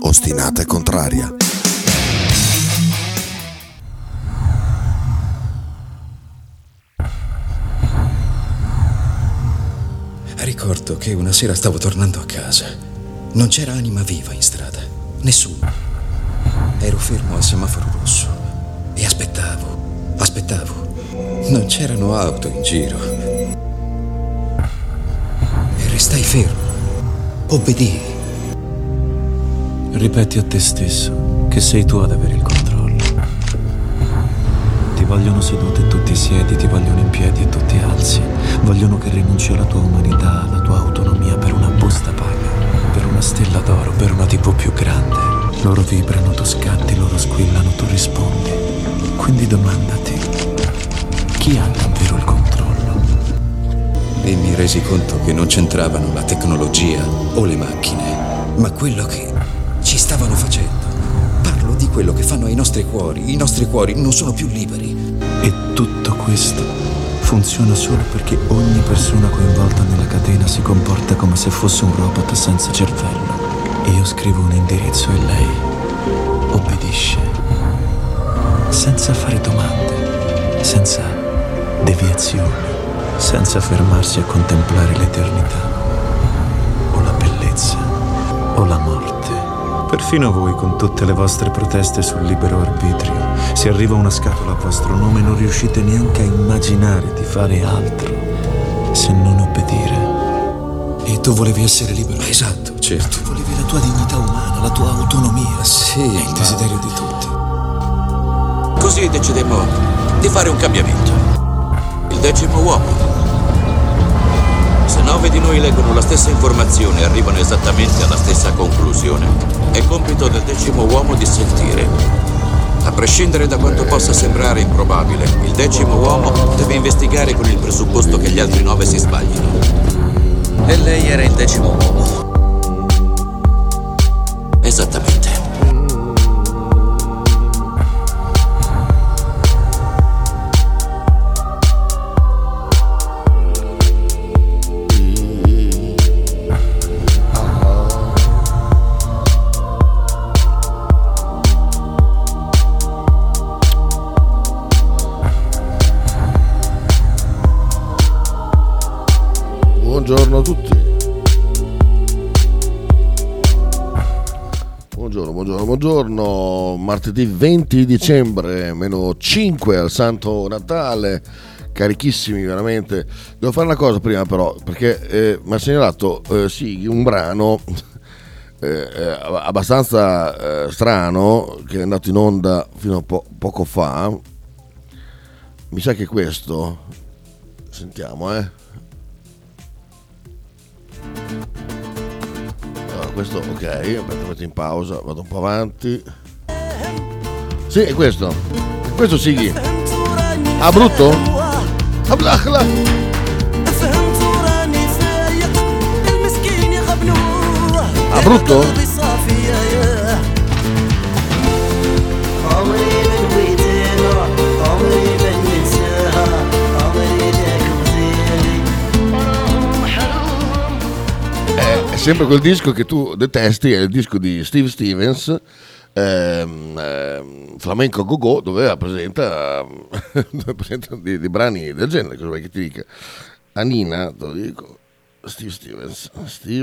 ostinata e contraria. Ricordo che una sera stavo tornando a casa. Non c'era anima viva in strada. Nessuno. Ero fermo al semaforo rosso e aspettavo. Non c'erano auto in giro. E restai fermo. Obbedii. Ripeti a te stesso che sei tu ad avere il controllo. Ti vogliono seduto e tu ti siedi, ti vogliono in piedi e tu ti alzi. Vogliono che rinunci alla tua umanità, alla tua autonomia per una busta paga, per una stella d'oro, per una TV più grande. Loro vibrano, tu scatti, loro squillano, tu rispondi. Quindi domandati, chi ha davvero il controllo? E mi resi conto che non c'entravano la tecnologia o le macchine, ma quello che ci stavano facendo. Parlo di quello che fanno ai nostri cuori. I nostri cuori non sono più liberi. E tutto questo funziona solo perché ogni persona coinvolta nella catena si comporta come se fosse un robot senza cervello. Io scrivo un indirizzo e lei obbedisce, senza fare domande, senza deviazioni, senza fermarsi a contemplare l'eternità, o la bellezza, o la morte. Perfino voi, con tutte le vostre proteste sul libero arbitrio, se arriva una scatola a vostro nome non riuscite neanche a immaginare di fare altro se non obbedire. E tu volevi essere libero? Esatto, certo. Tu volevi la tua dignità umana, la tua autonomia. Sì, è il desiderio di tutti. Così decidemmo di fare un cambiamento. Il 10° uomo. Se 9 di noi leggono la stessa informazione e arrivano esattamente alla stessa conclusione, è compito del 10° uomo di sentire. A prescindere da quanto possa sembrare improbabile, il 10° uomo deve investigare con il presupposto che gli altri 9 si sbaglino. E lei era il 10° uomo. Esattamente. Buongiorno a tutti. Buongiorno. Martedì 20 dicembre, -5 al Santo Natale. Carichissimi veramente. Devo fare una cosa prima però, perché mi ha segnalato sì, un brano abbastanza strano che è andato in onda fino a poco fa. Mi sa che è questo. Sentiamo, Questo ok, aspetta, metto in pausa, vado un po' avanti. Sì, è questo. Questo Sighi. Ah, brutto? Ah, brutto? È sempre quel disco che tu detesti, è il disco di Steve Stevens, Flamenco Go Go, dove presenta di brani del genere. Cosa vuoi che ti dica? Anina, te lo dico. Steve Stevens.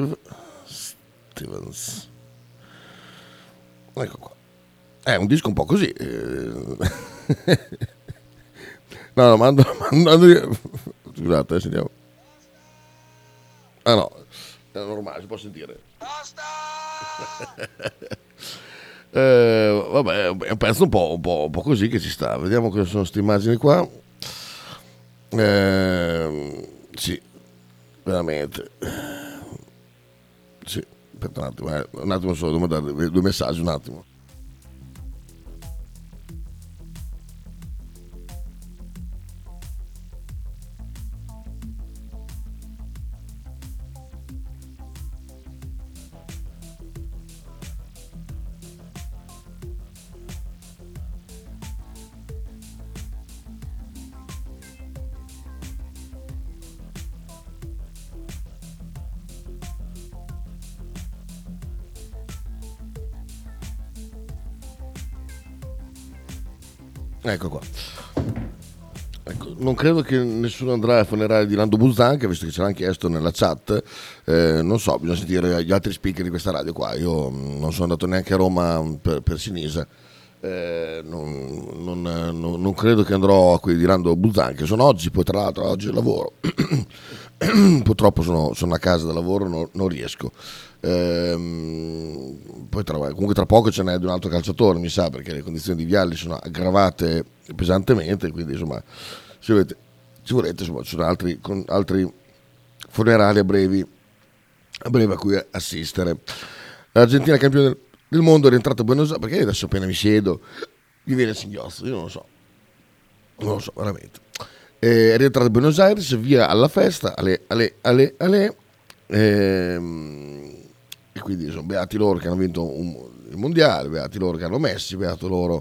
Ecco qua. È un disco un po' così. No, mando. Scusate, sentiamo. Ah no. È normale, si può sentire. Vabbè, è un pezzo un po' così che ci sta. Vediamo cosa sono queste immagini qua. Sì, veramente. Sì, aspetta un attimo solo, devo dare due messaggi, un attimo. Ecco qua. Ecco, non credo che nessuno andrà al funerale di Lando Buzzanca, visto che ce l'hanno chiesto nella chat. Non so, bisogna sentire gli altri speaker di questa radio qua. Io non sono andato neanche a Roma per Sinisa. Non credo che andrò a quelli di Lando Buzzanca. Sono oggi, poi tra l'altro oggi lavoro. Purtroppo sono a casa da lavoro, non riesco. Poi comunque tra poco ce n'è di un altro calciatore, mi sa, perché le condizioni di Vialli sono aggravate pesantemente, quindi insomma ci volete insomma, ci sono altri funerali a breve a cui assistere. L'Argentina campione del mondo è rientrata a Buenos Aires, perché adesso appena mi siedo mi viene il singhiozzo, io non lo so veramente. È rientrato a Buenos Aires, via alla festa, ale. E quindi sono beati loro che hanno vinto il mondiale, beati loro che hanno Messi, beati loro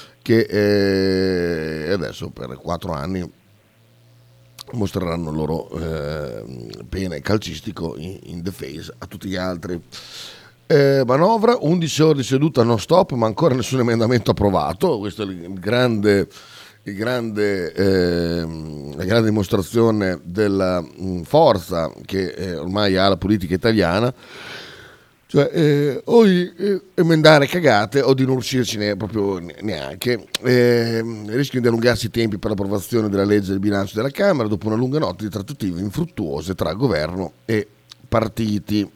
che adesso per 4 anni mostreranno il loro pene calcistico in difesa a tutti gli altri. Manovra, 11 ore di seduta non stop, ma ancora nessun emendamento approvato. Questa è la grande dimostrazione della forza che ormai ha la politica italiana, cioè o di emendare cagate o di non uscirci proprio neanche. Rischiano di allungarsi i tempi per l'approvazione della legge del bilancio della Camera dopo una lunga notte di trattative infruttuose tra governo e partiti.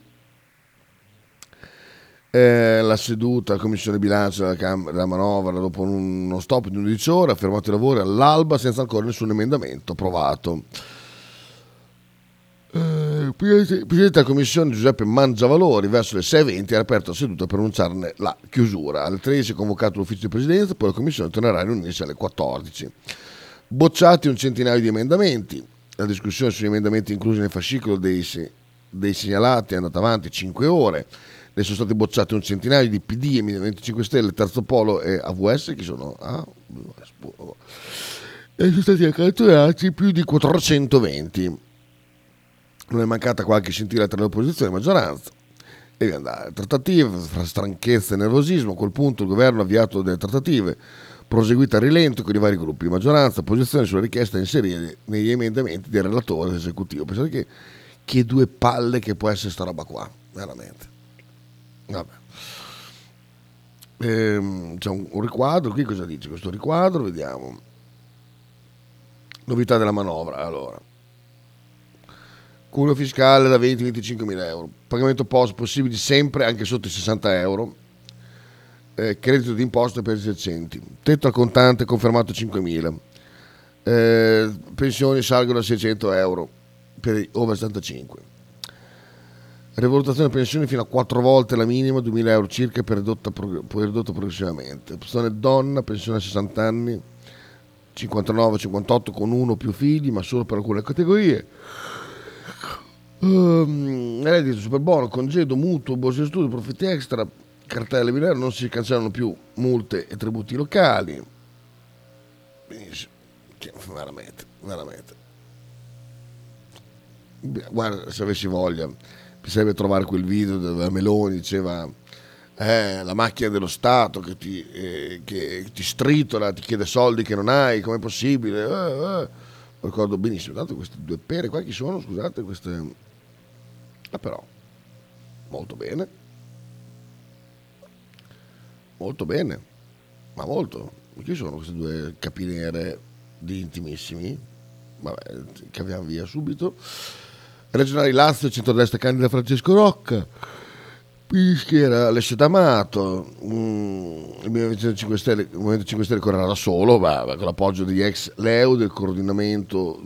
La seduta commissione bilancio della Camera della manovra, dopo uno stop di 11 ore, ha fermato i lavori all'alba senza ancora nessun emendamento approvato. Il presidente della commissione Giuseppe Mangiavalori verso le 6:20 ha aperto la seduta per annunciarne la chiusura. Alle 13 è convocato l'ufficio di presidenza, poi la commissione tornerà a riunirsi alle 14. Bocciati un centinaio di emendamenti. La discussione sugli emendamenti inclusi nel fascicolo dei segnalati è andata avanti 5 ore. Ne sono stati bocciati un centinaio di PD, e Movimento 5 Stelle, Terzo Polo e AVS, che sono e sono stati accantonati più di 420. Non è mancata qualche scintilla tra l'opposizione e la maggioranza. Deve andare. Trattative fra stanchezza e nervosismo. A quel punto il governo ha avviato delle trattative proseguite a rilento con i vari gruppi di maggioranza, opposizione sulla richiesta di inserire negli emendamenti del relatore dell'esecutivo. Pensate che due palle che può essere sta roba qua, veramente. Vabbè. C'è un riquadro qui, cosa dice questo riquadro? Vediamo. Novità della manovra. Allora, cuneo fiscale da 20-25 mila euro, pagamento POS possibili sempre anche sotto i 60 euro, credito d'imposta per i esercenti, tetto al contante confermato 5.000, pensioni salgono a 600 euro per i over 75. Rivalutazione delle pensioni fino a 4 volte la minima, 2.000 euro circa per ridotto progressivamente. Persone donna, pensione a 60 anni, 59-58 con uno o più figli, ma solo per alcune categorie. Reddito, superbono, congedo, mutuo, borse di studio, profitti extra, cartelle binarie, non si cancellano più multe e tributi locali. Benissimo. Veramente. Guarda, se avessi voglia mi serve trovare quel video dove Meloni diceva la macchina dello Stato che ti stritola, ti chiede soldi che non hai, com'è possibile? Lo ricordo benissimo. Tanto queste due pere qua chi sono? Scusate, queste. Però molto bene, ma molto. Chi sono queste due capinere di intimissimi? Vabbè, caviamo via subito. Regionali Lazio, centrodestra candida Francesco Rocca, schiera Alessio D'Amato, il Movimento 5 Stelle correrà da solo, con l'appoggio degli ex Leu del coordinamento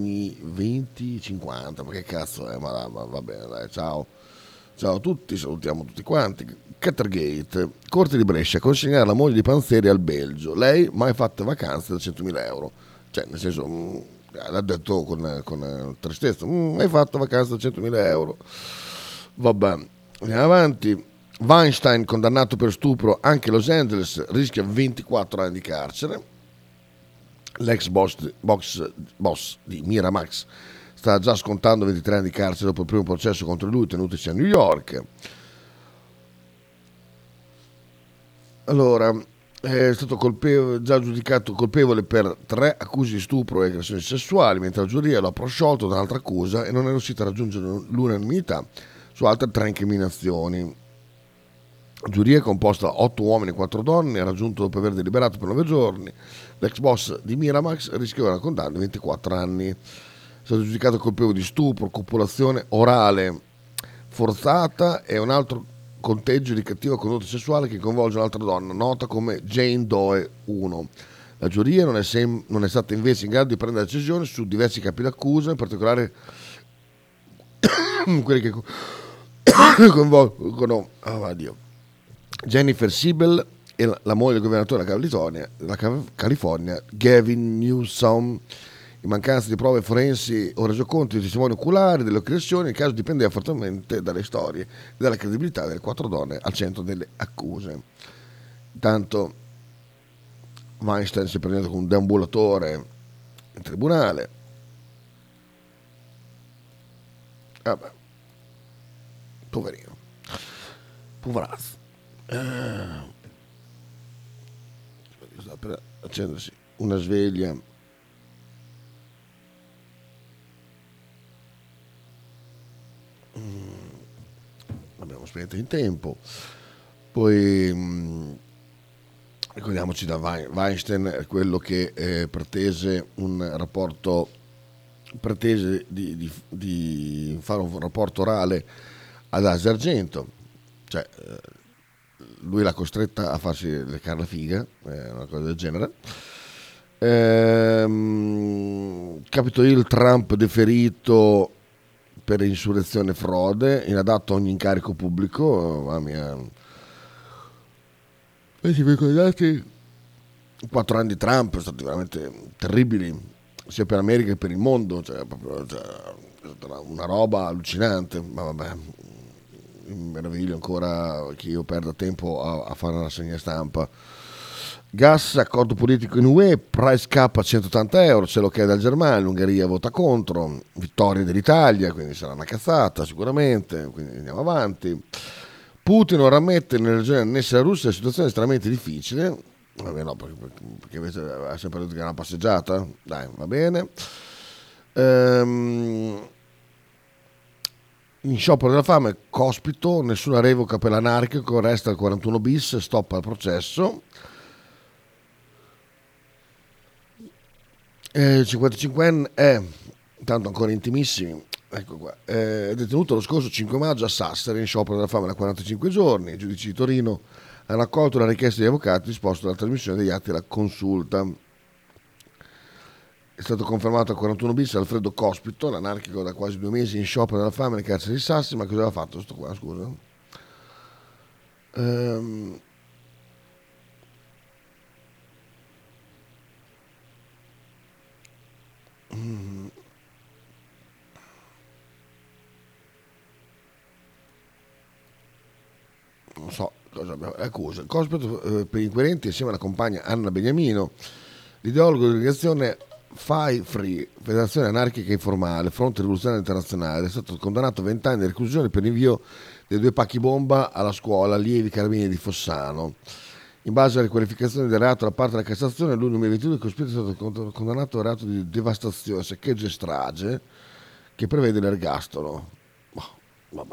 20-50, ma che cazzo è, ma va bene, dai, ciao a tutti, salutiamo tutti quanti. Catergate, Corte di Brescia, consegnare la moglie di Panzeri al Belgio, lei mai fatte vacanze da 100.000 euro, cioè nel senso. L'ha detto con tristezza, hai fatto vacanza da 100.000 euro. Vabbè, andiamo avanti. Weinstein condannato per stupro anche a Los Angeles, rischia 24 anni di carcere. L'ex boss di Miramax sta già scontando 23 anni di carcere dopo il primo processo contro lui tenutosi a New York. Allora, è stato già giudicato colpevole per 3 accuse di stupro e aggressioni sessuali, mentre la giuria lo ha prosciolto da un'altra accusa e non è riuscita a raggiungere l'unanimità su altre 3 incriminazioni. La giuria è composta da 8 uomini e 4 donne, ha raggiunto dopo aver deliberato per 9 giorni. L'ex boss di Miramax rischia una condanna di 24 anni. È stato giudicato colpevole di stupro, copulazione orale forzata e un altro conteggio di cattiva condotta sessuale che coinvolge un'altra donna, nota come Jane Doe 1. La giuria non è stata invece in grado di prendere decisioni su diversi capi d'accusa, in particolare quelli che coinvolgono Jennifer Siebel e la moglie del governatore della California, Gavin Newsom. In mancanza di prove forensi o resoconti di testimoni oculari delle aggressioni, il caso dipendeva fortemente dalle storie e dalla credibilità delle 4 donne al centro delle accuse. Intanto Weinstein si è presentato come un deambulatore in tribunale. Vabbè, poverino, poverazzo. Sta per accendersi una sveglia. Abbiamo spento in tempo. Poi ricordiamoci da Weinstein, quello che pretese di fare un rapporto orale ad Asia Argento, cioè lui l'ha costretta a farsi lecare la figa, una cosa del genere. Capitol Hill, Trump deferito per insurrezione e frode, inadatto a ogni incarico pubblico. Mamma mia. E se vi ricordate, i 4 anni di Trump sono stati veramente terribili, sia per l'America che per il mondo, è stata una roba allucinante, ma vabbè, mi meraviglio ancora che io perda tempo a fare una rassegna stampa. Gas, accordo politico in UE, price cap a 180 euro, ce lo chiede la Germania, l'Ungheria vota contro, vittoria dell'Italia, quindi sarà una cazzata sicuramente, quindi andiamo avanti. Putin ora ammette nelle regioni annesse alla Russia la situazione è estremamente difficile, vabbè no, perché invece ha sempre detto che era una passeggiata, dai, va bene. In sciopero della fame, Cospito, nessuna revoca per l'anarchico, resta il 41 bis, stop al processo. 55enne è, tanto ancora intimissimi, ecco qua, è detenuto lo scorso 5 maggio a Sassari in sciopero della fame da 45 giorni. I giudici di Torino hanno accolto la richiesta degli avvocati disposto alla trasmissione degli atti della consulta. È stato confermato al 41 bis Alfredo Cospito, l'anarchico da quasi 2 mesi in sciopero della fame nel carcere di Sassari. Ma cosa aveva fatto sto qua, scusa? Non so cosa abbiamo. Accusa Cospito per inquirenti insieme alla compagna Anna Beniamino, l'ideologo dell'organizzazione Fai Free, Federazione Anarchica Informale, Fronte Rivoluzionario Internazionale, è stato condannato a 20 anni di reclusione per l'invio dei 2 pacchi bomba alla scuola allievi carabinieri di Fossano. In base alle qualificazioni del reato da parte della Cassazione, lui nel 2022 Cospito è stato condannato al reato di devastazione, saccheggio e strage, che prevede l'ergastolo. Vabbè.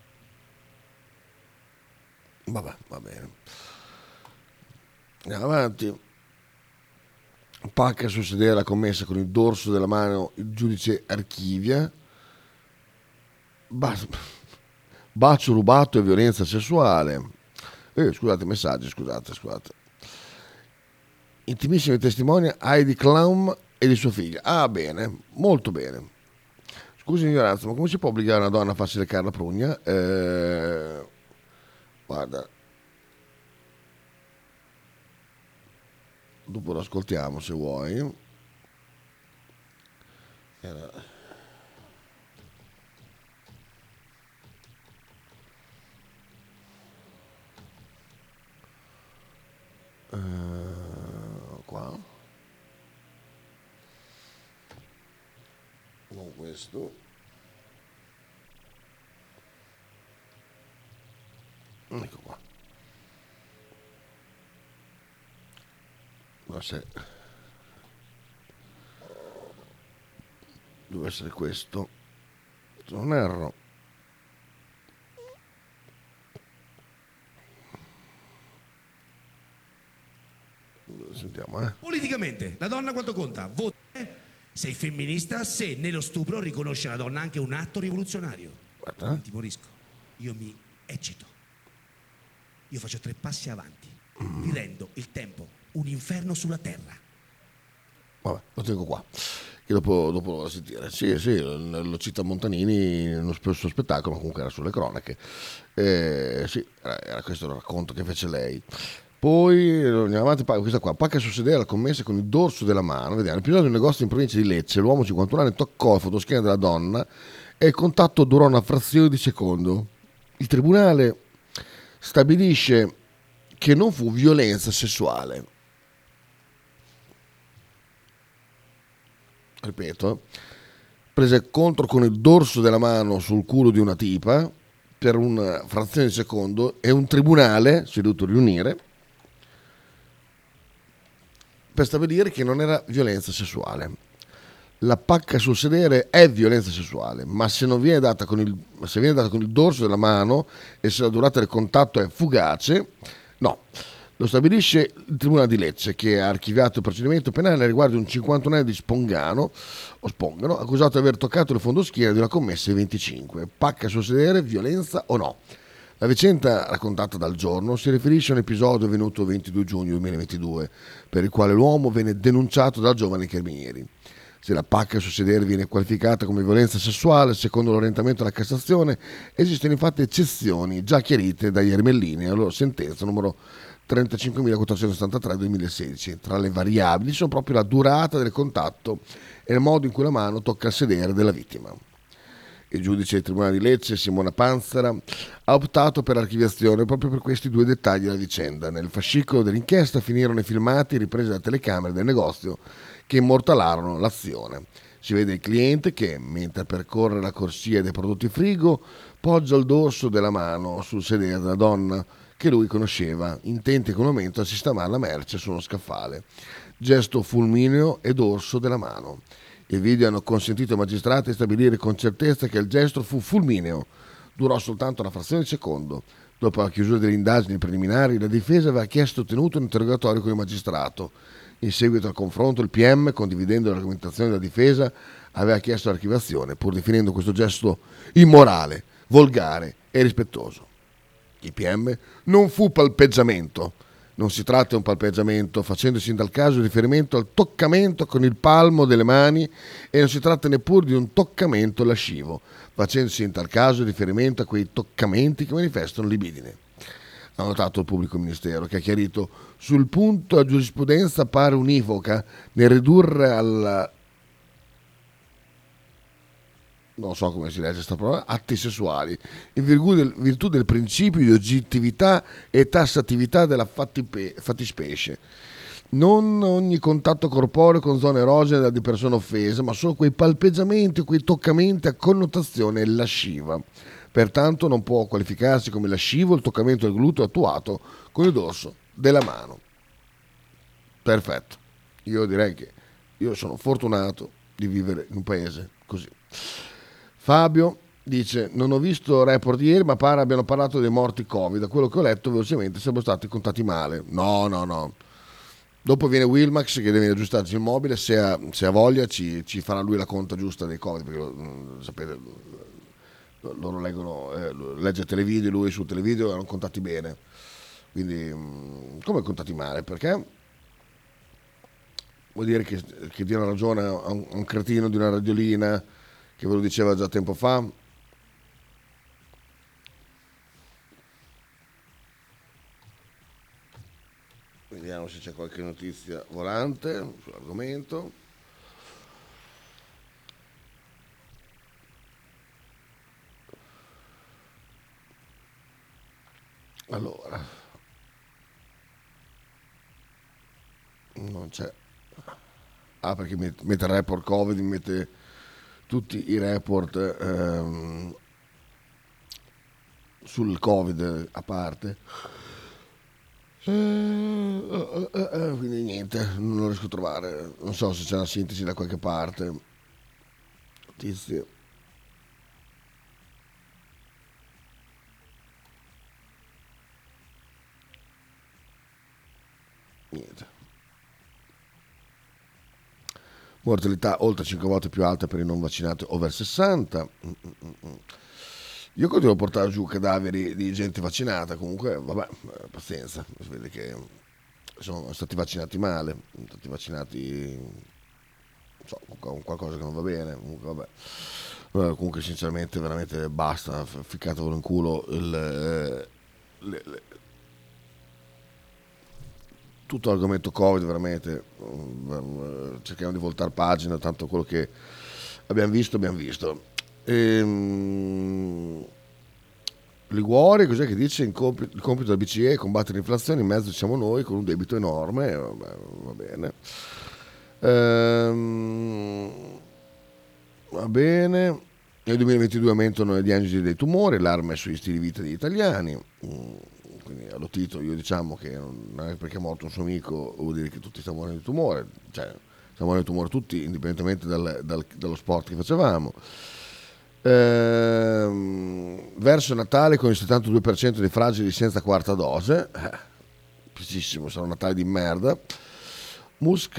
Vabbè, va bene. Andiamo avanti. Pacca sul sedere la commessa con il dorso della mano il giudice Archivia. Bacio rubato e violenza sessuale. Scusate, messaggi, scusate. Intimissimi testimoni Heidi Klum e di sua figlia. Ah, bene, molto bene. Scusi ignoranza, ma come si può obbligare una donna a farsi lecare la prugna? Guarda, dopo lo ascoltiamo se vuoi. Qua. Non questo. Ecco qua. Ma se deve essere questo, se non erro. Sentiamo, Politicamente, la donna quanto conta? Vota. Sei femminista se nello stupro riconosce la donna anche un atto rivoluzionario. Guarda. Non timorisco, io mi eccito. Io faccio 3 passi avanti. Vi rendo il tempo un inferno sulla terra. Vabbè, lo tengo qua. Che dopo lo vado a sentire. Sì, lo cita Montanini in uno suo spettacolo, ma comunque era sulle cronache. Sì, era questo il racconto che fece lei. Poi andiamo avanti, questa qua, pacca sul sedere alla commessa con il dorso della mano. Vediamo, l'episodio di un negozio in provincia di Lecce, l'uomo 51 anni toccò il fotoschiena della donna e il contatto durò una frazione di secondo. Il tribunale stabilisce che non fu violenza sessuale. Ripeto, prese contro con il dorso della mano sul culo di una tipa per una frazione di secondo e un tribunale si è dovuto riunire per stabilire che non era violenza sessuale. La pacca sul sedere è violenza sessuale, ma se viene data con il dorso della mano e se la durata del contatto è fugace, no. Lo stabilisce il Tribunale di Lecce, che ha archiviato il procedimento penale riguardo un 51enne di Spongano, accusato di aver toccato il fondoschiena di una commessa di 25. Pacca sul sedere, violenza o no? La vicenda raccontata dal Giorno si riferisce a un episodio avvenuto il 22 giugno 2022, per il quale l'uomo venne denunciato da giovani carabinieri. Se la pacca sul sedere viene qualificata come violenza sessuale, secondo l'orientamento della Cassazione, esistono infatti eccezioni già chiarite dagli Ermellini alla loro sentenza numero 35.473/2016. Tra le variabili sono proprio la durata del contatto e il modo in cui la mano tocca il sedere della vittima. Il giudice del Tribunale di Lecce, Simona Panzera, ha optato per l'archiviazione proprio per questi 2 dettagli della vicenda. Nel fascicolo dell'inchiesta finirono i filmati ripresi da telecamere del negozio che immortalarono l'azione. Si vede il cliente che, mentre percorre la corsia dei prodotti frigo, poggia il dorso della mano sul sedere della donna che lui conosceva, intenti in quel momento a sistemare la merce su uno scaffale. Gesto fulmineo e dorso della mano. I video hanno consentito ai magistrati di stabilire con certezza che il gesto fu fulmineo. Durò soltanto una frazione di secondo. Dopo la chiusura delle indagini preliminari, la difesa aveva chiesto e ottenuto un interrogatorio con il magistrato. In seguito al confronto, il PM, condividendo l'argomentazione della difesa, aveva chiesto l'archiviazione, pur definendo questo gesto immorale, volgare e irrispettoso. Il PM non fu palpeggiamento. Non si tratta di un palpeggiamento, facendosi in tal caso riferimento al toccamento con il palmo delle mani, e non si tratta neppure di un toccamento lascivo, facendosi in tal caso riferimento a quei toccamenti che manifestano libidine. Ha notato il pubblico ministero, che ha chiarito sul punto la giurisprudenza pare univoca nel ridurre al... non so come si legge questa parola, atti sessuali, in virtù del principio di oggettività e tassatività della fattispecie. Non ogni contatto corporeo con zone erogene di persona offesa, ma solo quei palpeggiamenti o quei toccamenti a connotazione lasciva. Pertanto non può qualificarsi come lascivo il toccamento del gluteo attuato con il dorso della mano. Perfetto. Io direi che io sono fortunato di vivere in un paese così. Fabio dice: non ho visto report ieri, ma pare abbiano parlato dei morti Covid. Da quello che ho letto velocemente sarebbero stati contati male. No. Dopo viene Wilmax che deve aggiustarci il mobile, se ha voglia ci farà lui la conta giusta dei Covid, perché sapete, loro legge televideo, lui sul televideo erano contati bene. Quindi come contati male? Perché vuol dire che dia ragione a un cretino di una radiolina che ve lo diceva già tempo fa. Vediamo se c'è qualche notizia volante sull'argomento. Allora, non c'è. Perché mette il report Covid, mette tutti i report sul Covid a parte. Quindi niente, non lo riesco a trovare. Non so se c'è una sintesi da qualche parte. Notizie. Niente. Mortalità oltre 5 volte più alta per i non vaccinati over 60. Io continuo a portare giù cadaveri di gente vaccinata, comunque vabbè, pazienza, si vede che sono stati vaccinati male, sono stati vaccinati, non so, con qualcosa che non va bene, comunque vabbè. Comunque sinceramente veramente basta, ficcatevelo in culo tutto l'argomento Covid, veramente cerchiamo di voltare pagina, tanto quello che abbiamo visto. Liguori, cos'è che dice? Il compito della BCE è combattere l'inflazione, in mezzo siamo noi con un debito enorme, va bene. Va bene. Nel 2022 aumentano le diagnosi dei tumori, allarme sugli stili di vita degli italiani. Quindi allo titolo io diciamo che non è perché è morto un suo amico vuol dire che tutti stiamo morendo di tumore, cioè stiamo morendo di tumore tutti indipendentemente dallo sport che facevamo. Verso Natale con il 72% dei fragili senza quarta dose, precisissimo, sarà un Natale di merda. Musk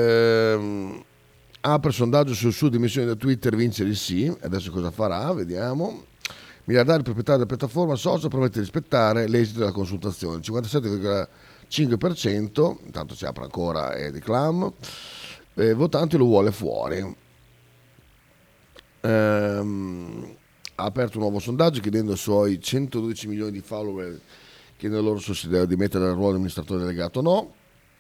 apre sondaggio sul suo dimissioni da Twitter, vince il sì, adesso cosa farà, vediamo. Miliardario proprietario della piattaforma social promette di rispettare l'esito della consultazione, il 57,5%, intanto si apre ancora di clam, votanti lo vuole fuori. Ha aperto un nuovo sondaggio chiedendo ai suoi 112 milioni di follower chiedendo loro se si deve dimettere dal ruolo di amministratore delegato o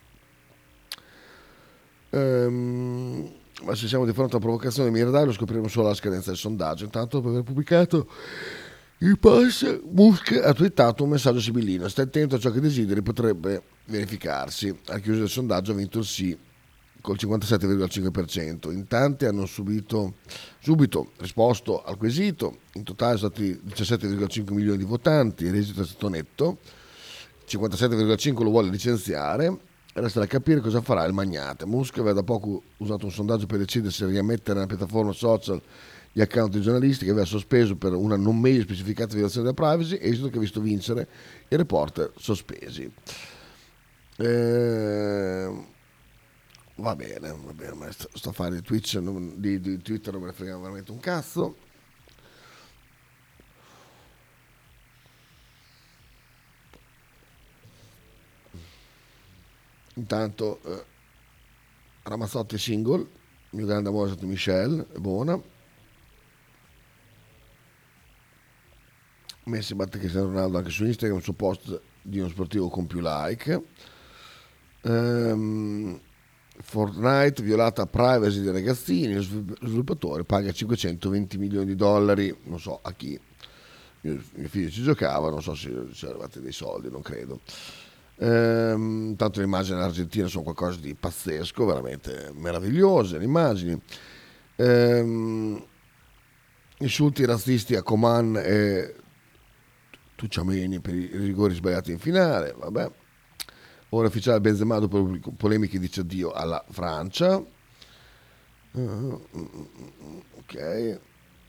no. Ma se siamo di fronte a una provocazione di miliardario lo scopriremo solo alla scadenza del sondaggio. Intanto, dopo aver pubblicato il post, Musk ha twittato un messaggio sibillino: stai attento a ciò che desideri, potrebbe verificarsi. Alla chiusura del sondaggio ha vinto il sì col 57,5%. In tanti hanno subito risposto al quesito. In totale sono stati 17,5 milioni di votanti, il esito è stato netto, 57,5 lo vuole licenziare. Resta da capire cosa farà il magnate. Musk aveva da poco usato un sondaggio per decidere se riammettere nella piattaforma social gli account di giornalisti che aveva sospeso per una non meglio specificata violazione della privacy, esito che ha visto vincere i reporter sospesi. Va bene, ma sto a fare di Twitch, di Twitter non me ne frega veramente un cazzo. Intanto Ramazzotti è single, il mio grande amore è stato Michelle, è buona. Messi batte Cristiano Ronaldo anche su Instagram, un suo post di uno sportivo con più like. Fortnite, violata privacy dei ragazzini, lo sviluppatore paga 520 milioni di dollari, non so a chi. Mio figlio ci giocava, non so se sono arrivati dei soldi, non credo. Tanto le immagini dell'Argentina sono qualcosa di pazzesco, veramente meravigliose le immagini. Insulti razzisti a Coman e Tucciameni per i rigori sbagliati in finale, vabbè. Ora ufficiale Benzema dopo polemiche dice addio alla Francia. Ok.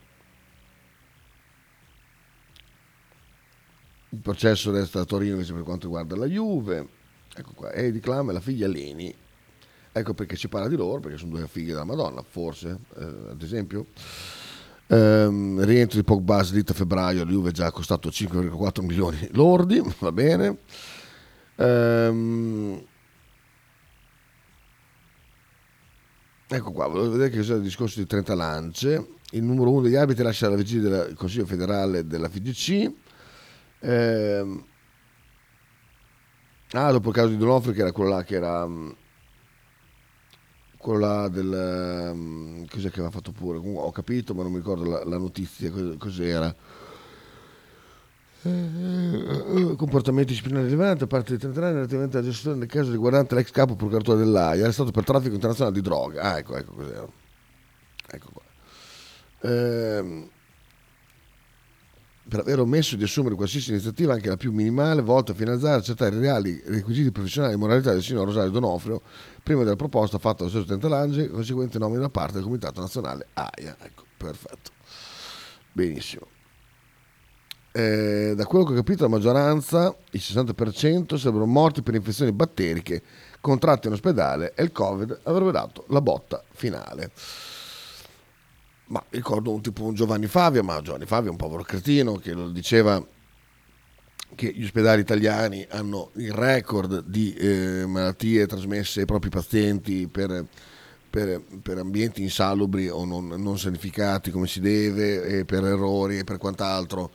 Il processo resta a Torino invece per quanto riguarda la Juve. Ecco qua, Heidi Klum e la figlia Leni. Ecco perché si parla di loro, perché sono due figlie della Madonna, forse, ad esempio. Rientro di Pogba slitta a febbraio, la Juve già ha costato 5,4 milioni lordi, va bene. Ecco qua, volevo vedere che cos'è il discorso di 30 lance. Il numero 1 degli arbitri lascia la vigilia del Consiglio federale della FIGC. Dopo il caso di Donofrio, che era quello là del cos'è che aveva fatto pure, ho capito ma non mi ricordo la notizia cos'era. Comportamenti disciplinari rilevanti a parte di 30 anni relativamente alla gestione del caso riguardante l'ex capo procuratore dell'AIA arrestato per traffico internazionale di droga. Ecco cos'era, ecco qua. per aver omesso di assumere qualsiasi iniziativa, anche la più minimale, volta a finalizzare a accettare i reali requisiti professionali e moralità del signor Rosario Donofrio, prima della proposta fatta dallo stesso utente Lange, conseguente nomina da parte del Comitato Nazionale AIA. Ecco, perfetto. Benissimo. Da quello che ho capito, la maggioranza, il 60%, sarebbero morti per infezioni batteriche contratte in ospedale e il Covid avrebbe dato la botta finale. Ma ricordo un Giovanni Favia, ma Giovanni Favia è un povero cretino che lo diceva che gli ospedali italiani hanno il record di malattie trasmesse ai propri pazienti per ambienti insalubri o non sanificati come si deve, e per errori e per quant'altro.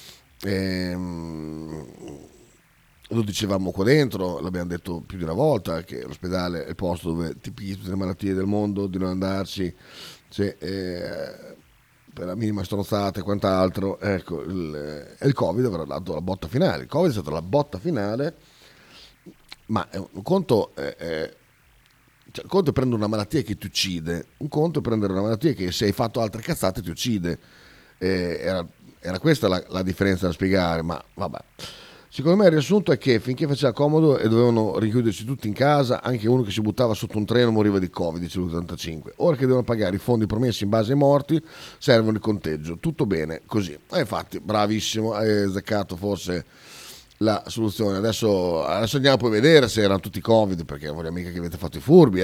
Lo dicevamo qua dentro, l'abbiamo detto più di una volta, che l'ospedale è il posto dove ti pigli tutte le malattie del mondo, di non andarci per la minima stronzata e quant'altro. Ecco, il Covid avrà dato la botta finale. Il Covid è stata la botta finale, ma un conto un conto è prendere una malattia che ti uccide, un conto è prendere una malattia che, se hai fatto altre cazzate, ti uccide. Era questa la differenza da spiegare, ma vabbè. Secondo me il riassunto è che finché faceva comodo e dovevano rinchiudersi tutti in casa, anche uno che si buttava sotto un treno moriva di Covid, dice l'85. Ora che devono pagare i fondi promessi in base ai morti, servono il conteggio. Tutto bene così. Infatti, bravissimo, hai azzeccato forse la soluzione. Adesso andiamo poi a vedere se erano tutti Covid, perché non vogliamo mica che avete fatto i furbi,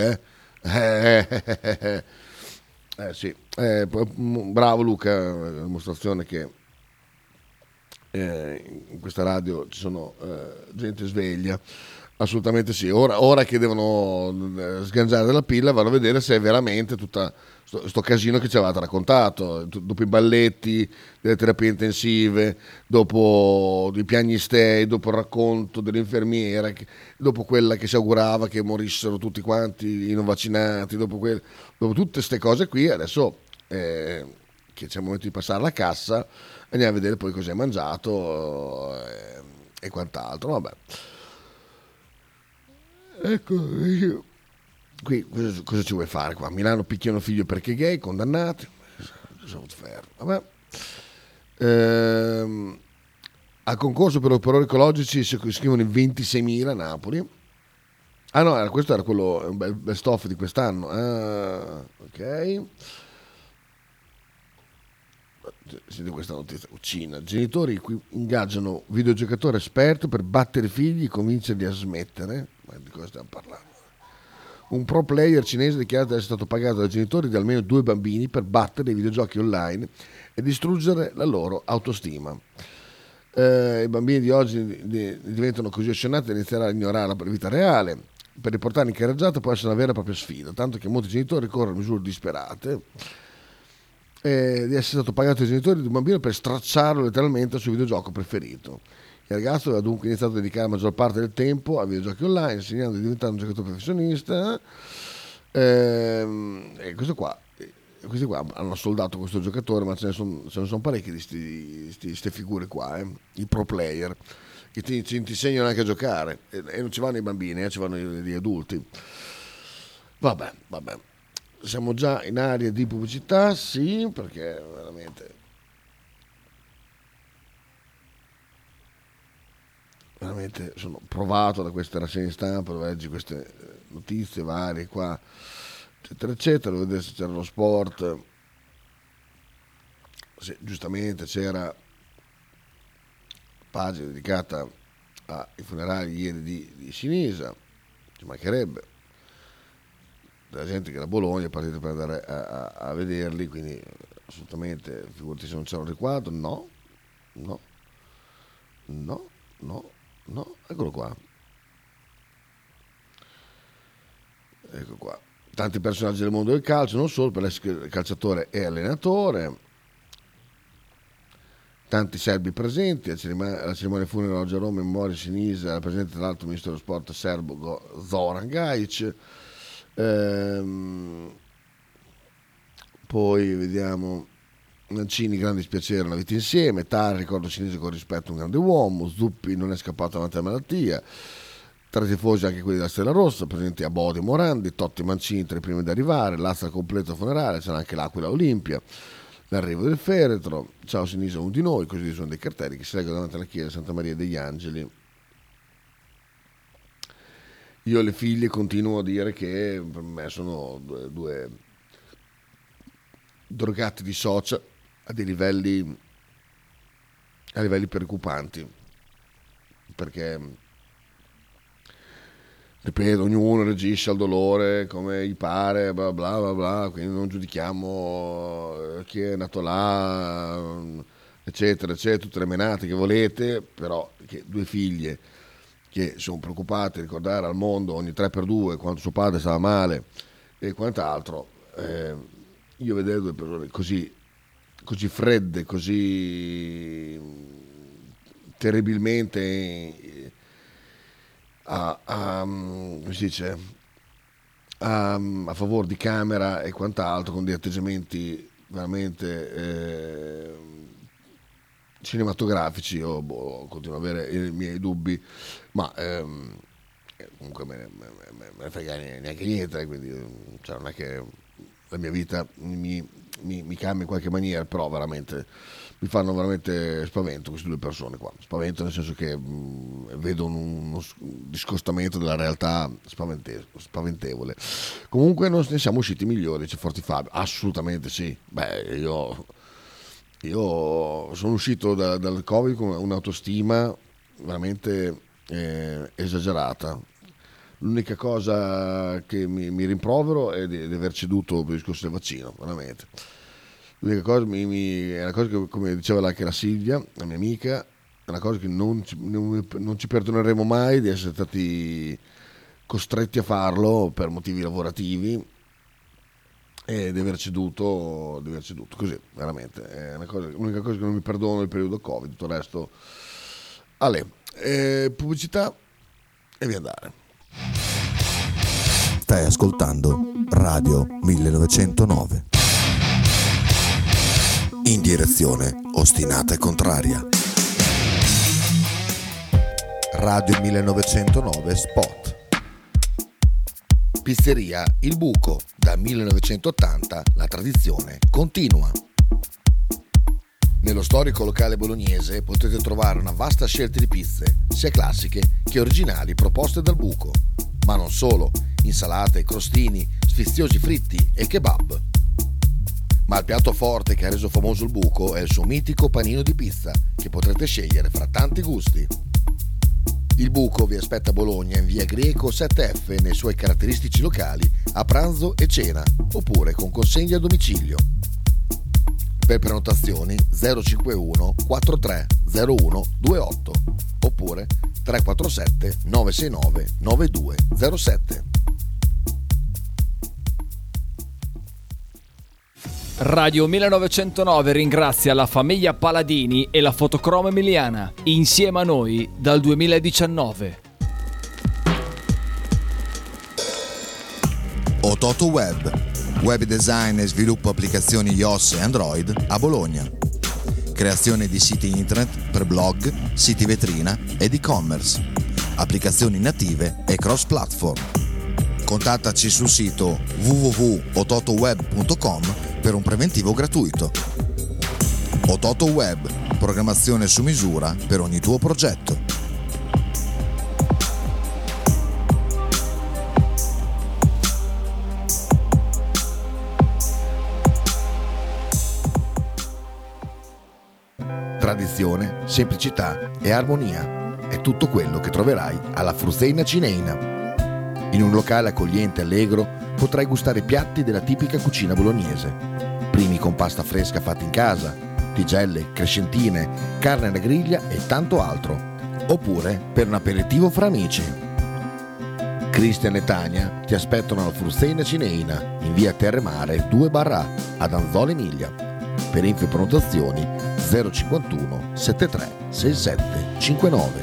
sì. Bravo Luca, la dimostrazione che in questa radio ci sono gente sveglia, assolutamente sì. Ora che devono sganciare della pilla, vanno a vedere se è veramente tutta sto casino che ci avevate raccontato, dopo i balletti delle terapie intensive, dopo i piagnistei, dopo il racconto dell'infermiera, dopo quella che si augurava che morissero tutti quanti i non vaccinati, dopo tutte queste cose qui. Adesso che c'è il momento di passare alla cassa, andiamo a vedere poi cosa hai mangiato e quant'altro. Vabbè, ecco, qui cosa ci vuoi fare qua? Milano picchiano figlio perché gay, condannati. Vabbè. Al concorso per operatori ecologici si iscrivono in 26.000 a Napoli. Ah no, questo era quello, un bel best of di quest'anno. Ok. Senti questa notizia, Cina. Genitori qui ingaggiano videogiocatore esperto per battere i figli e convincerli a smettere. Ma di cosa stiamo parlando? Un pro player cinese ha dichiarato di essere stato pagato dai genitori di almeno 2 bambini per battere i videogiochi online e distruggere la loro autostima. I bambini di oggi diventano così oscenati da iniziare a ignorare la vita reale. Per riportarli in carreggiata può essere una vera e propria sfida, tanto che molti genitori ricorrono a misure disperate di essere stato pagato dai genitori di un bambino per stracciarlo letteralmente al suo videogioco preferito. Il ragazzo aveva dunque iniziato a dedicare la maggior parte del tempo a videogiochi online, insegnando di diventare un giocatore professionista. E questi qua hanno soldato questo giocatore, ma ce ne sono parecchi di queste figure qua, i pro player, che ti insegnano anche a giocare, e non ci vanno i bambini, ci vanno gli adulti. Vabbè. Siamo già in area di pubblicità, sì, perché veramente sono provato da queste rassegne stampa dove leggi queste notizie varie qua, eccetera eccetera, devo vedere se c'era lo sport, se giustamente c'era pagina dedicata ai funerali ieri di Sinisa, ci mancherebbe, della gente che da Bologna è partita per andare a vederli, quindi assolutamente, figurati se non c'era un riquadro. No, eccolo qua. Ecco qua. Tanti personaggi del mondo del calcio, non solo per essere calciatore e allenatore. Tanti serbi presenti, alla cerimonia funebre oggi a Roma in memoria Sinisa era presente tra l'altro il ministro dello sport serbo Zoran Gajic. Poi vediamo Mancini, grande dispiacere, una vita insieme. Tari, ricordo cinese con rispetto, un grande uomo. Zuppi non è scappato davanti alla malattia. Tra i tifosi anche quelli della Stella Rossa, presenti a Bodi e Morandi. Totti e Mancini tra i primi ad arrivare. L'asta completo funerale, c'era anche l'Aquila Olimpia. l'arrivo del feretro. Ciao Sinisa, uno di noi, così sono dei cartelli che si leggono davanti alla chiesa Santa Maria degli Angeli. Io alle figlie continuo a dire che per me sono due drogati di social a dei livelli preoccupanti, perché ripeto, ognuno reagisce al dolore come gli pare, bla bla bla bla, quindi non giudichiamo chi è nato là, eccetera eccetera, tutte le menate che volete, però che due figlie che sono preoccupate di ricordare al mondo ogni 3x2 quando suo padre stava male e quant'altro, io vedevo due persone così fredde, così terribilmente come si dice, a favore di Camera e quant'altro, con dei atteggiamenti veramente cinematografici. Io continuo ad avere i miei dubbi, ma comunque me ne frega neanche niente, quindi cioè, non è che la mia vita mi cambia in qualche maniera, però veramente mi fanno veramente spavento queste due persone qua. Spavento nel senso che vedo uno discostamento della realtà spaventevole. Comunque non ne siamo usciti migliori, dice Forti Fabio. Assolutamente sì. Beh, io sono uscito dal Covid con un'autostima veramente esagerata. L'unica cosa che mi rimprovero è di aver ceduto per il discorso del vaccino, veramente. L'unica cosa è una cosa che, come diceva anche la Silvia, la mia amica, è una cosa che non ci perdoneremo mai, di essere stati costretti a farlo per motivi lavorativi e di aver ceduto così, veramente. È l'unica cosa che non mi perdono il periodo Covid, tutto il resto. Pubblicità e via andare. Stai ascoltando Radio 1909. In direzione ostinata e contraria. Radio 1909 Spot. Pizzeria Il Buco. Da 1980 la tradizione continua. Nello storico locale bolognese potete trovare una vasta scelta di pizze, sia classiche che originali proposte dal Buco. Ma non solo, insalate, crostini, sfiziosi fritti e kebab. Ma il piatto forte che ha reso famoso il Buco è il suo mitico panino di pizza, che potrete scegliere fra tanti gusti. Il Buco vi aspetta a Bologna in via Greco 7F nei suoi caratteristici locali a pranzo e cena, oppure con consegna a domicilio. Per prenotazioni 051 4301 28 oppure 347 969 9207. Radio 1909 ringrazia la famiglia Paladini e la Fotocromo Emiliana, insieme a noi dal 2019. Ototo Web, web design e sviluppo applicazioni iOS e Android a Bologna. Creazione di siti internet per blog, siti vetrina ed e-commerce, applicazioni native e cross-platform. Contattaci sul sito www.ototoweb.com per un preventivo gratuito. Ototo Web, programmazione su misura per ogni tuo progetto. Tradizione, semplicità e armonia è tutto quello che troverai alla Fruzeina Cineina. In un locale accogliente e allegro potrai gustare piatti della tipica cucina bolognese. Primi con pasta fresca fatta in casa, tigelle, crescentine, carne alla griglia e tanto altro. Oppure per un aperitivo fra amici. Cristian e Tania ti aspettano alla Fruzeina Cineina in via Terremare 2/A ad Anzola Emilia. Per info e prenotazioni 051 73 67 59.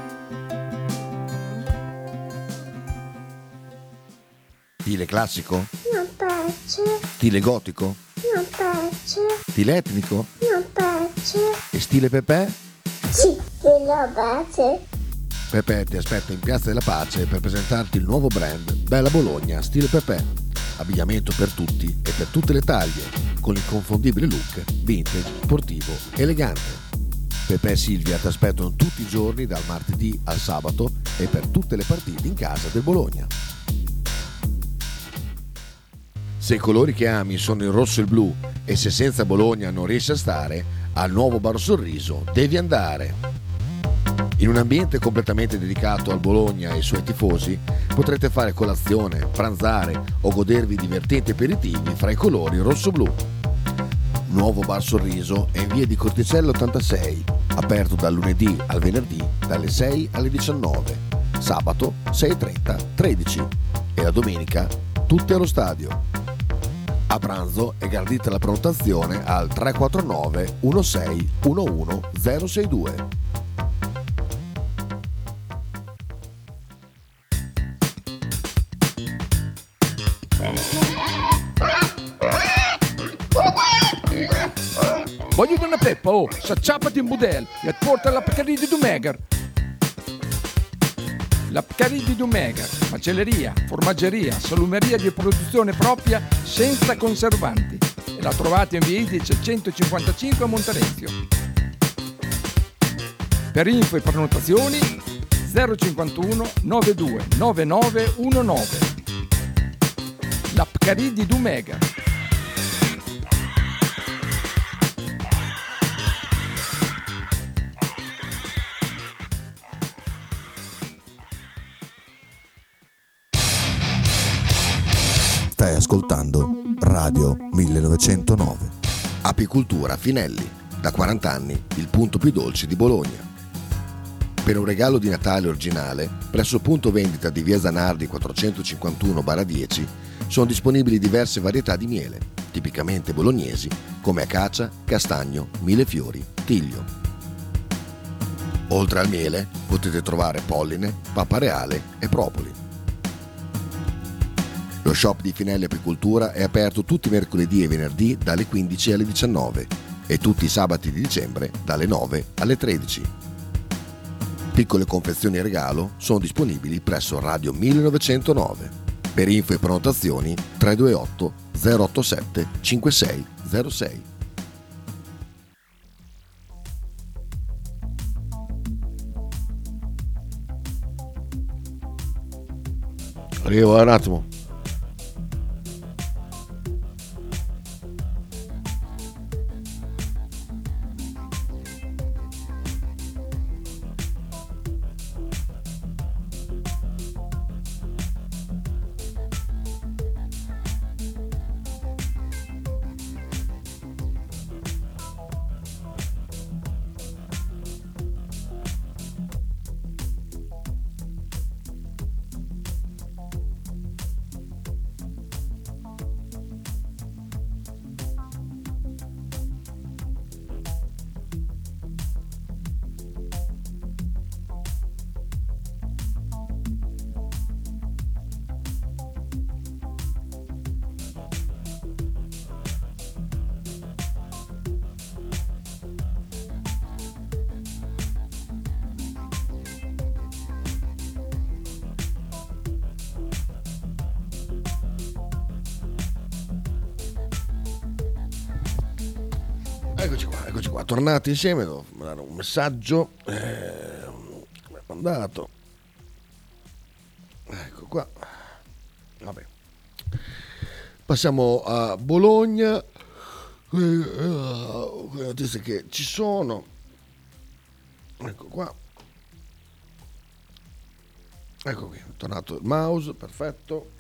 Stile classico? Non piace. Stile gotico? Non piace. Stile etnico? Non piace. E stile Pepe? Sì, quello piace. Pepe ti aspetta in Piazza della Pace per presentarti il nuovo brand Bella Bologna Stile Pepe. abbigliamento per tutti e per tutte le taglie, con l'inconfondibile look vintage, sportivo, elegante. Pepe e Silvia ti aspettano tutti i giorni dal martedì al sabato e per tutte le partite in casa del Bologna. Se i colori che ami sono il rosso e il blu e se senza Bologna non riesci a stare, al nuovo Bar Sorriso devi andare. In un ambiente completamente dedicato al Bologna e ai suoi tifosi potrete fare colazione, pranzare o godervi divertenti aperitivi fra i colori rosso-blu. Nuovo Bar Sorriso è in via di Corticello 86, aperto dal lunedì al venerdì dalle 6 alle 19, sabato 6:30, 13 e la domenica tutte allo stadio. A pranzo è gradita la prenotazione al 349 16 11 062. Voglio una peppa, s'acciappati in budel e porta la Pcaridi di Dumegar. La Pcaridi di Dumegar, macelleria, formaggeria, salumeria di produzione propria senza conservanti. E la trovate in via Idice 155 a Monterezio. Per info e prenotazioni 051 92 9919. La Pcaridi di Dumegar. Stai ascoltando Radio 1909. Apicoltura Finelli, da 40 anni il punto più dolce di Bologna. Per un regalo di Natale originale, presso il punto vendita di via Zanardi 451/10 sono disponibili diverse varietà di miele, tipicamente bolognesi, come acacia, castagno, millefiori, tiglio. Oltre al miele potete trovare polline, pappa reale e propoli. Lo shop di Finelli Apicoltura è aperto tutti i mercoledì e venerdì dalle 15 alle 19 e tutti i sabati di dicembre dalle 9 alle 13. Piccole confezioni e regalo sono disponibili presso Radio 1909. Per info e prenotazioni 328 087 5606. Arrivo un attimo. Eccoci qua, tornati insieme, devo mandare un messaggio, mi ha mandato, ecco qua, vabbè, passiamo a Bologna, le notizie che ci sono, ecco qua, ecco qui, è tornato il mouse, perfetto.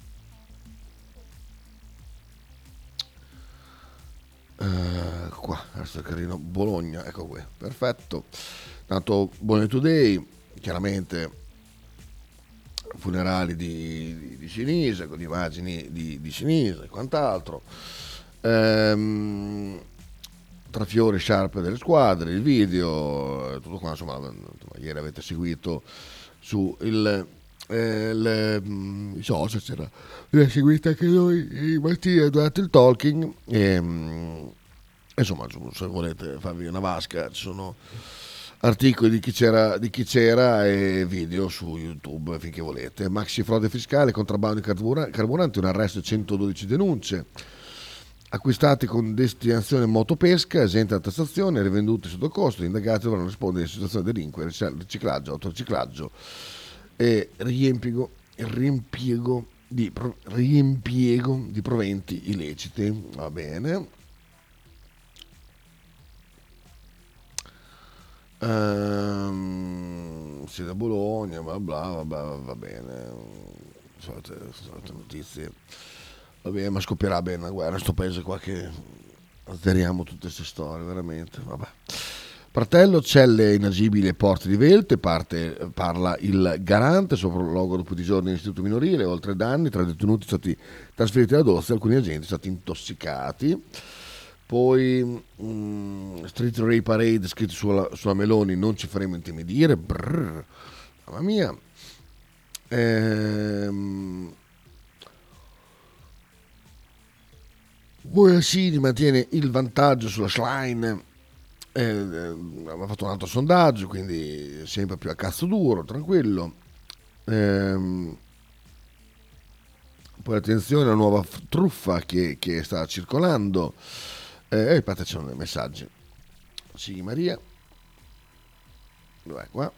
Qua adesso è carino, Bologna, ecco qui, perfetto. Tanto Bologna Today, chiaramente funerali di Sinisa, con immagini di Sinisa e quant'altro, tra fiori e sciarpe delle squadre, il video, tutto qua, insomma, ieri avete seguito su i social, c'era seguite anche noi mattina durante il talking e insomma, se volete farvi una vasca, ci sono articoli di chi c'era e video su YouTube finché volete. Maxi frode fiscale, contrabbando di carburante, un arresto e 112 denunce. Acquistati con destinazione motopesca, esenti da tassazione, rivenduti sotto costo, gli indagati dovranno rispondere in situazione di delinquere, riciclaggio, autoriciclaggio e riempiego di proventi illeciti. Va bene. Sì, da Bologna, bla bla, va bene. Solite notizie. Va bene, ma scoppierà bene la guerra in sto paese qua che azzeriamo tutte queste storie, veramente. Vabbè. Fratello, celle inagibili e porte di Velte, parla il garante, sopralluogo dopo di giorni all'istituto minorile, oltre danni, 3 detenuti stati trasferiti ad Ozio, alcuni agenti stati intossicati. Poi Street Ray Parade scritto sulla Meloni, non ci faremo intimidire, brrr, mamma mia. Bonassini mantiene il vantaggio sulla Schlein, ha fatto un altro sondaggio, quindi sempre più a cazzo duro, tranquillo. Poi attenzione alla nuova truffa che sta circolando. Aspetta, c'è dei messaggi. Sì, Maria. Dov'è qua?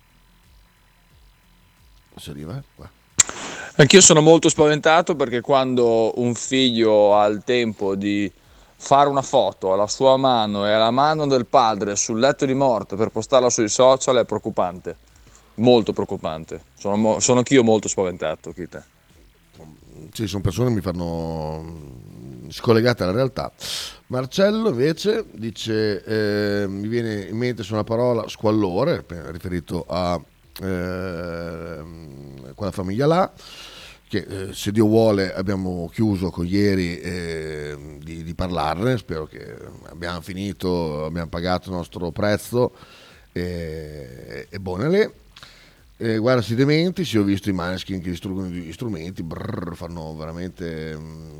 Si arriva qua. Anch'io sono molto spaventato perché quando un figlio ha il tempo di fare una foto alla sua mano e alla mano del padre sul letto di morte per postarla sui social è preoccupante, molto preoccupante. Sono anch'io molto spaventato, Kita. Sì, sono persone che mi fanno scollegate dalla realtà. Marcello invece dice mi viene in mente su una parola squallore, riferito a quella famiglia là, che se Dio vuole abbiamo chiuso con ieri di parlarne. Spero che abbiamo finito, abbiamo pagato il nostro prezzo e buone le. Guarda, si dementi, si ho visto i Maneskin che distruggono gli strumenti, sono veramente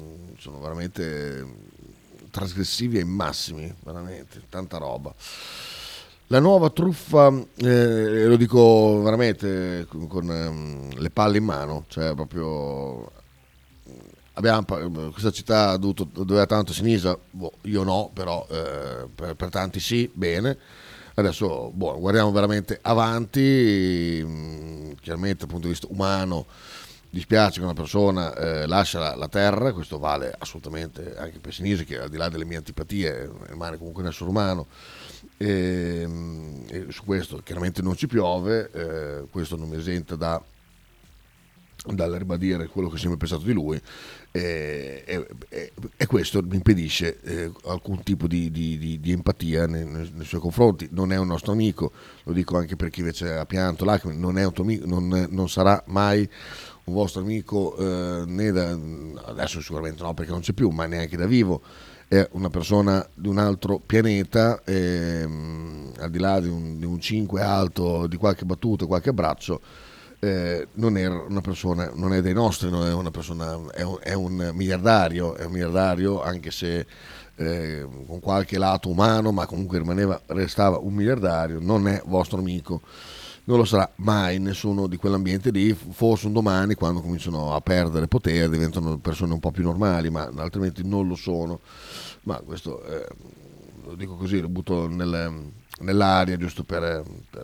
trasgressivi ai massimi, veramente, tanta roba. La nuova truffa, lo dico veramente con le palle in mano, cioè proprio questa città doveva tanto Sinisa, io no, però per tanti sì, bene. Adesso guardiamo veramente avanti, chiaramente dal punto di vista umano dispiace che una persona lascia la terra, questo vale assolutamente anche per Sinisa, che al di là delle mie antipatie rimane comunque un essere umano, e su questo chiaramente non ci piove, questo non mi esenta dal ribadire quello che ho sempre pensato di lui, e questo mi impedisce alcun tipo di empatia nei suoi confronti. Non è un nostro amico, lo dico anche per chi invece ha pianto lacrime, non è un tuo amico, non sarà mai un vostro amico, adesso sicuramente no perché non c'è più, ma neanche da vivo. È una persona di un altro pianeta, al di là di un 5 alto, di qualche battuta, qualche abbraccio. Non è una persona, non è dei nostri, non è una persona, è un miliardario, anche se con qualche lato umano, ma comunque restava un miliardario. Non è vostro amico, non lo sarà mai nessuno di quell'ambiente lì. Forse un domani, quando cominciano a perdere potere, diventano persone un po' più normali, ma altrimenti non lo sono. Ma questo lo dico così, lo butto nell'aria, giusto per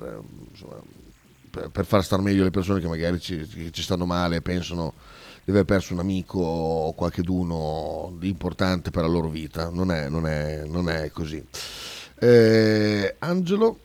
far star meglio le persone che magari ci stanno male e pensano di aver perso un amico o qualcheduno di importante per la loro vita. Non è così. Angelo,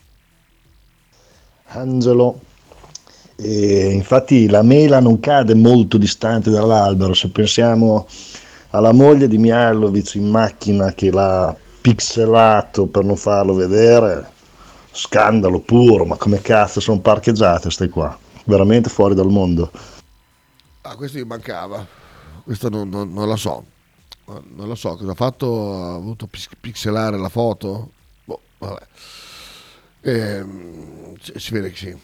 infatti la mela non cade molto distante dall'albero. Se pensiamo alla moglie di Mialovic in macchina che l'ha pixelato per non farlo vedere, scandalo puro. Ma come cazzo sono parcheggiate ste qua? Veramente fuori dal mondo. Questo mi mancava, questo non la so, non lo so cosa ha fatto. Ha voluto pixelare la foto, vabbè. Si vede che sì,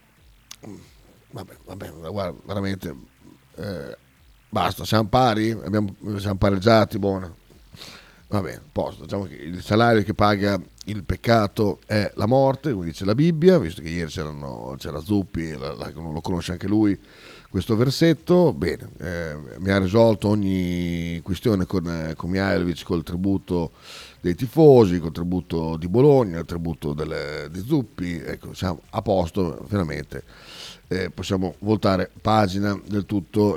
vabbè, guarda, veramente basta, siamo pari, siamo pareggiati, buona. Va bene, posto. Diciamo che il salario che paga il peccato è la morte, come dice la Bibbia, visto che ieri c'era Zuppi, lo conosce anche lui questo versetto. Bene, mi ha risolto ogni questione con Mihajlovic, col tributo dei tifosi, col tributo di Bologna, il tributo di Zuppi. Ecco, siamo a posto, veramente. Possiamo voltare pagina del tutto.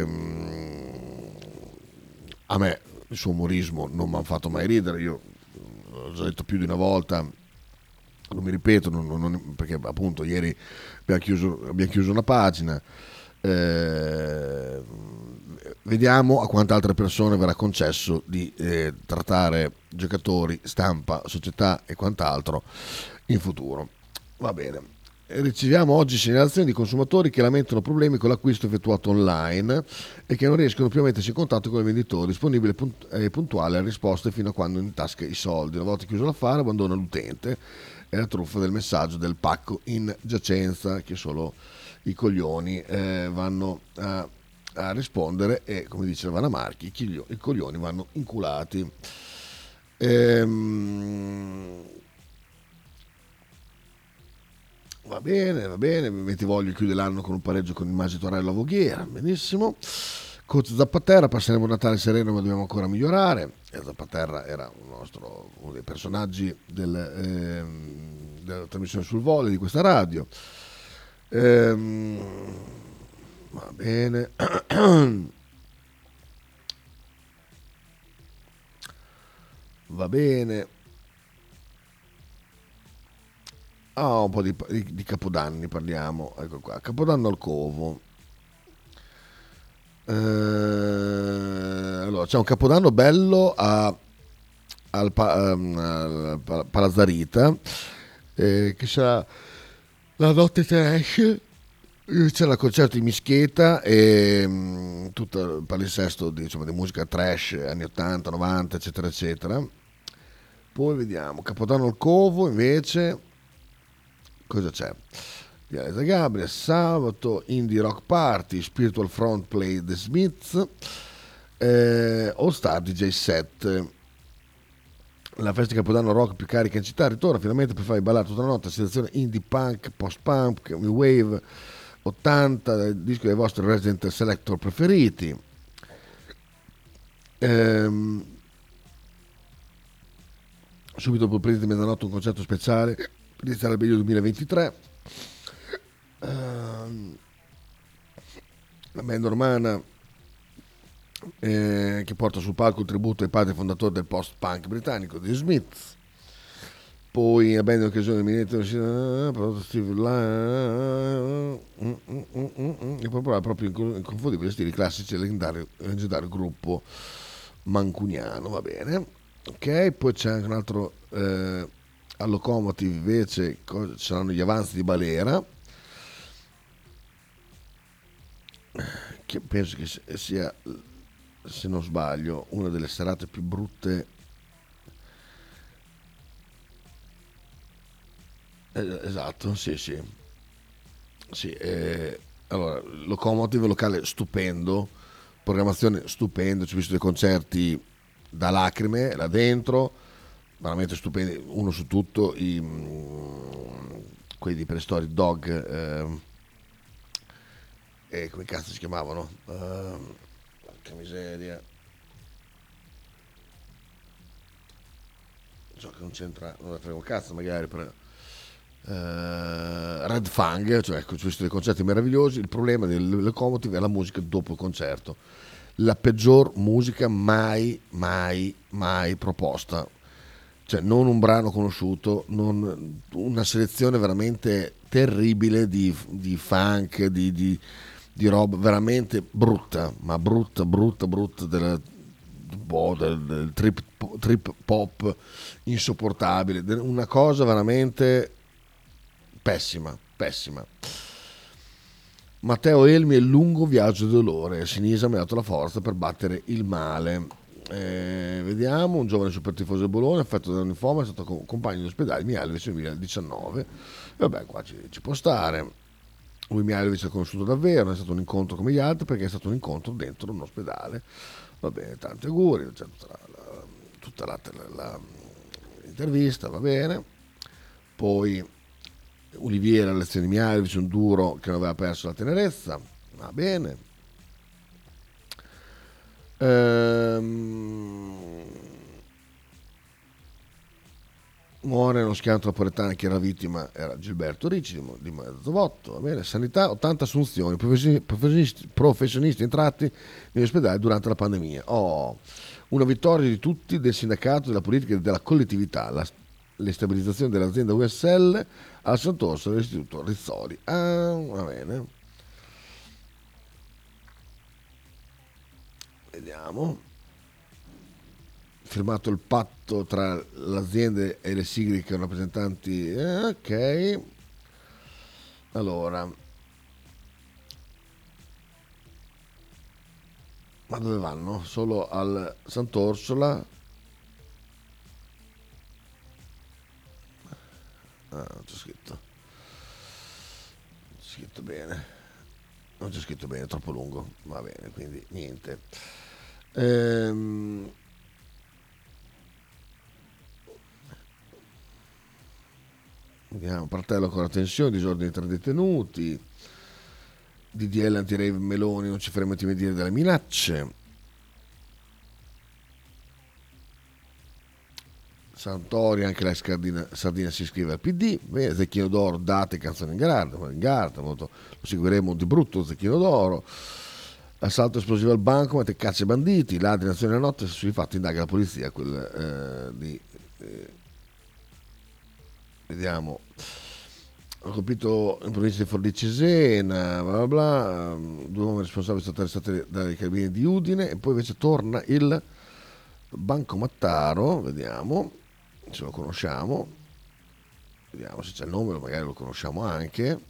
A me il suo umorismo non mi ha fatto mai ridere, io l'ho già detto più di una volta, non mi ripeto, perché appunto ieri abbiamo chiuso una pagina. Vediamo a quante altre persone verrà concesso di trattare giocatori, stampa, società e quant'altro in futuro. Va bene. Riceviamo oggi segnalazioni di consumatori che lamentano problemi con l'acquisto effettuato online e che non riescono più a mettersi in contatto con il venditore disponibile e puntuale a risposte fino a quando in tasca i soldi. Una volta chiuso l'affare abbandona l'utente e la truffa del messaggio del pacco in giacenza, che solo i coglioni vanno a rispondere, e come dice Vanna Marchi, i coglioni vanno inculati. Va bene, Bentivoglio chiude l'anno con un pareggio con il Magitorello a Voghera, benissimo. Coach Zappaterra, passeremo un Natale sereno ma dobbiamo ancora migliorare. Zappaterra era uno dei personaggi della trasmissione sul volley di questa radio. Va bene. Va bene. Un po' di Capodanni parliamo. Ecco qua, Capodanno al Covo. Allora, c'è un Capodanno bello al Palazzarita, che sarà la notte trash. C'era il concerto di Mischeta e tutto il palinsesto di musica trash anni 80, 90, eccetera eccetera. Poi vediamo Capodanno al Covo invece. Cosa c'è? Viale da Gabria, sabato, Indie Rock Party, Spiritual Front Play The Smiths, All Star DJ set. La festa di Capodanno rock più carica in città ritorna finalmente per farvi ballare tutta la notte. Selezione indie punk, post punk, new wave 80, disco dei vostri resident selector preferiti. Subito dopo il prendere mezzanotte un concerto speciale per iniziare il meglio 2023. La band romana che porta sul palco il tributo ai padri fondatori del post-punk britannico, The Smiths. Poi la band in occasione del e poi proprio inconfondibile stili classici del leggendario gruppo mancuniano. Va bene, ok. Poi c'è anche un altro al Locomotive invece saranno gli avanzi di Balera, che penso che sia, se non sbaglio, una delle serate più brutte esatto, sì. Allora, Locomotive, locale stupendo, programmazione stupenda, ci ho visto dei concerti da lacrime là dentro, veramente stupendi, uno su tutto, quelli di Prehistoric Dog, e come cazzo si chiamavano? Che miseria, so che non c'entra, non ne frega un cazzo magari, per Red Fang, cioè ecco, ci ho visto dei concerti meravigliosi. Il problema del Locomotive è la musica dopo il concerto, la peggior musica mai proposta, cioè non un brano conosciuto, non una selezione veramente terribile di funk, di roba veramente brutta, ma brutta del trip pop insopportabile, una cosa veramente pessima. Matteo Elmi e il lungo viaggio di dolore. Sinisa mi ha dato la forza per battere il male. Vediamo, un giovane super tifoso del Bologna affetto da un linfoma è stato compagno di ospedale Mihajlovic nel 2019. Vabbè, qua ci può stare. Lui Mihajlovic è conosciuto davvero, non è stato un incontro come gli altri perché è stato un incontro dentro un ospedale. Va bene, tanti auguri, c'è tutta tutta l'intervista, va bene. Poi Oliviera, lezioni di Mialovic, un duro che non aveva perso la tenerezza, va bene. Muore nello schianto napoletano, che era vittima era Gilberto Ricci di Mazzovotto, va bene. Sanità, 80 assunzioni, professionisti entrati negli ospedali durante la pandemia. Una vittoria di tutti, del sindacato, della politica e della collettività, le stabilizzazioni dell'azienda USL al Sant'Orsola dell'Istituto Rizzoli. Va bene. Vediamo. Firmato il patto tra l'azienda e le sigle che rappresentanti. Ok. Allora. Ma dove vanno? Solo al Sant'Orsola. Non c'è scritto. Non c'è scritto bene. Non c'è scritto bene, è troppo lungo. Va bene, quindi niente. Vediamo, Partello con la tensione, disordini tra detenuti, DDL anti-rave Meloni, non ci faremo intimidire dalle minacce. Santori, anche la Sardina si iscrive al PD. Bene, Zecchino d'Oro, date, canzoni in garda, lo seguiremo di brutto, Zecchino d'Oro. Assalto esplosivo al banco, mette caccia ai banditi, ladri nazione della notte, sui fatti indaga la polizia, vediamo, ho colpito in provincia di Forlì Cesena, bla bla bla, 2 uomini responsabili sono stati arrestati dai carabinieri di Udine, e poi invece torna il Banco Mattaro, vediamo se lo conosciamo, vediamo se c'è il nome, magari lo conosciamo anche.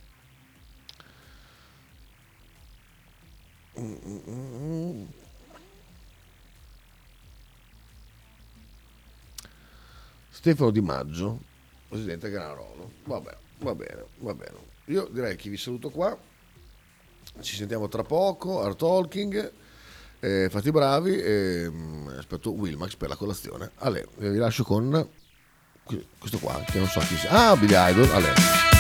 Stefano Di Maggio, presidente Granarolo. Va bene. Io direi che vi saluto qua. Ci sentiamo tra poco. Art Talking. Fate i bravi. Aspetto Wilmax per la colazione. Vi lascio con questo qua che non so chi sia. Billy Idol.